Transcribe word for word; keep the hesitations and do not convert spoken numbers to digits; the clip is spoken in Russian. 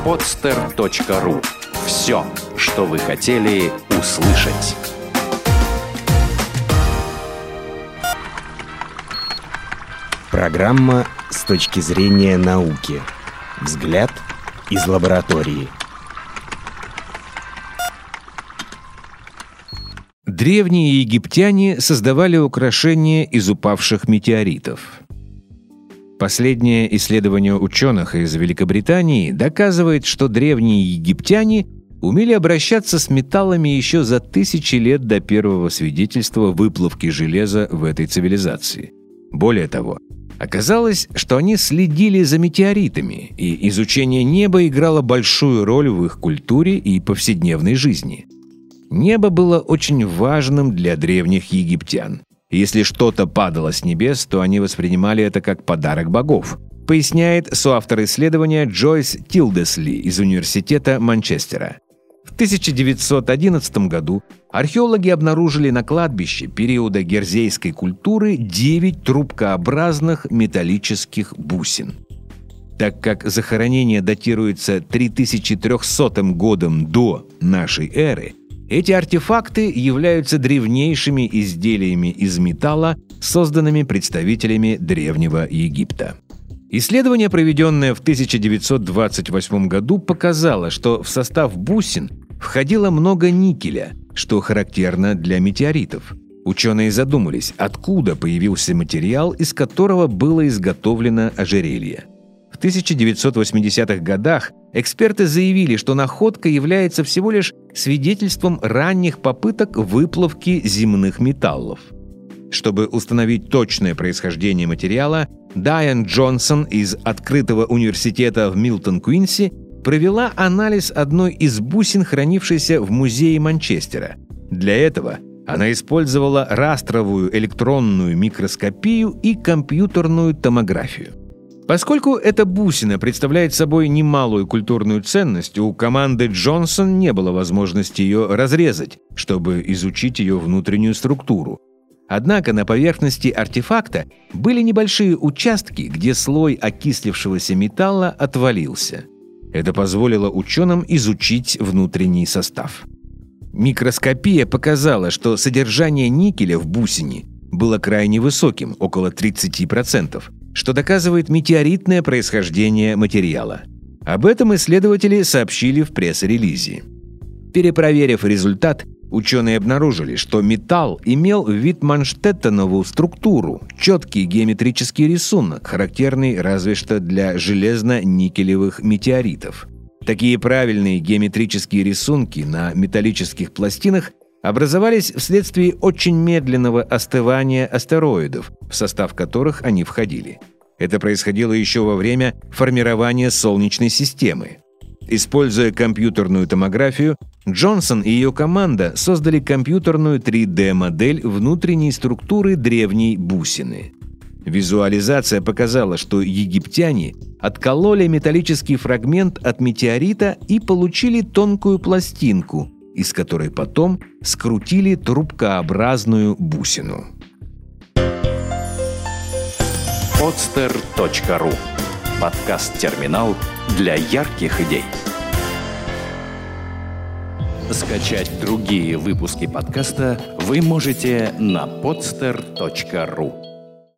подстер точка ру. Все, что вы хотели услышать. Программа «С точки зрения науки». Взгляд из лаборатории. Древние египтяне создавали украшения из упавших метеоритов. Последнее исследование ученых из Великобритании доказывает, что древние египтяне умели обращаться с металлами еще за тысячи лет до первого свидетельства выплавки железа в этой цивилизации. Более того, оказалось, что они следили за метеоритами, и изучение неба играло большую роль в их культуре и повседневной жизни. Небо было очень важным для древних египтян. Если что-то падало с небес, то они воспринимали это как подарок богов, поясняет соавтор исследования Джойс Тилдесли из Университета Манчестера. В тысяча девятьсот одиннадцатом году археологи обнаружили на кладбище периода герзейской культуры девять трубкообразных металлических бусин. Так как захоронение датируется три тысячи трехсотым годом до нашей эры, эти артефакты являются древнейшими изделиями из металла, созданными представителями Древнего Египта. Исследование, проведенное в тысяча девятьсот двадцать восьмом году, показало, что в состав бусин входило много никеля, что характерно для метеоритов. Ученые задумались, откуда появился материал, из которого было изготовлено ожерелье. В тысяча девятьсот восьмидесятых годах эксперты заявили, что находка является всего лишь свидетельством ранних попыток выплавки земных металлов. Чтобы установить точное происхождение материала, Дайан Джонсон из открытого университета в Милтон-Квинси провела анализ одной из бусин, хранившейся в музее Манчестера. Для этого она использовала растровую электронную микроскопию и компьютерную томографию. Поскольку эта бусина представляет собой немалую культурную ценность, у команды Джонсон не было возможности ее разрезать, чтобы изучить ее внутреннюю структуру. Однако на поверхности артефакта были небольшие участки, где слой окислившегося металла отвалился. Это позволило ученым изучить внутренний состав. Микроскопия показала, что содержание никеля в бусине было крайне высоким, около тридцати процентов, что доказывает метеоритное происхождение материала. Об этом исследователи сообщили в пресс-релизе. Перепроверив результат, ученые обнаружили, что металл имел вид манштеттеновую структуру, четкий геометрический рисунок, характерный разве что для железно-никелевых метеоритов. Такие правильные геометрические рисунки на металлических пластинах образовались вследствие очень медленного остывания астероидов, в состав которых они входили. Это происходило еще во время формирования Солнечной системы. Используя компьютерную томографию, Джонсон и ее команда создали компьютерную три дэ-модель внутренней структуры древней бусины. Визуализация показала, что египтяне откололи металлический фрагмент от метеорита и получили тонкую пластинку, из которой потом скрутили трубкообразную бусину. подстер точка ру. Подкаст-терминал для ярких идей. Скачать другие выпуски подкаста вы можете на подстер точка ру.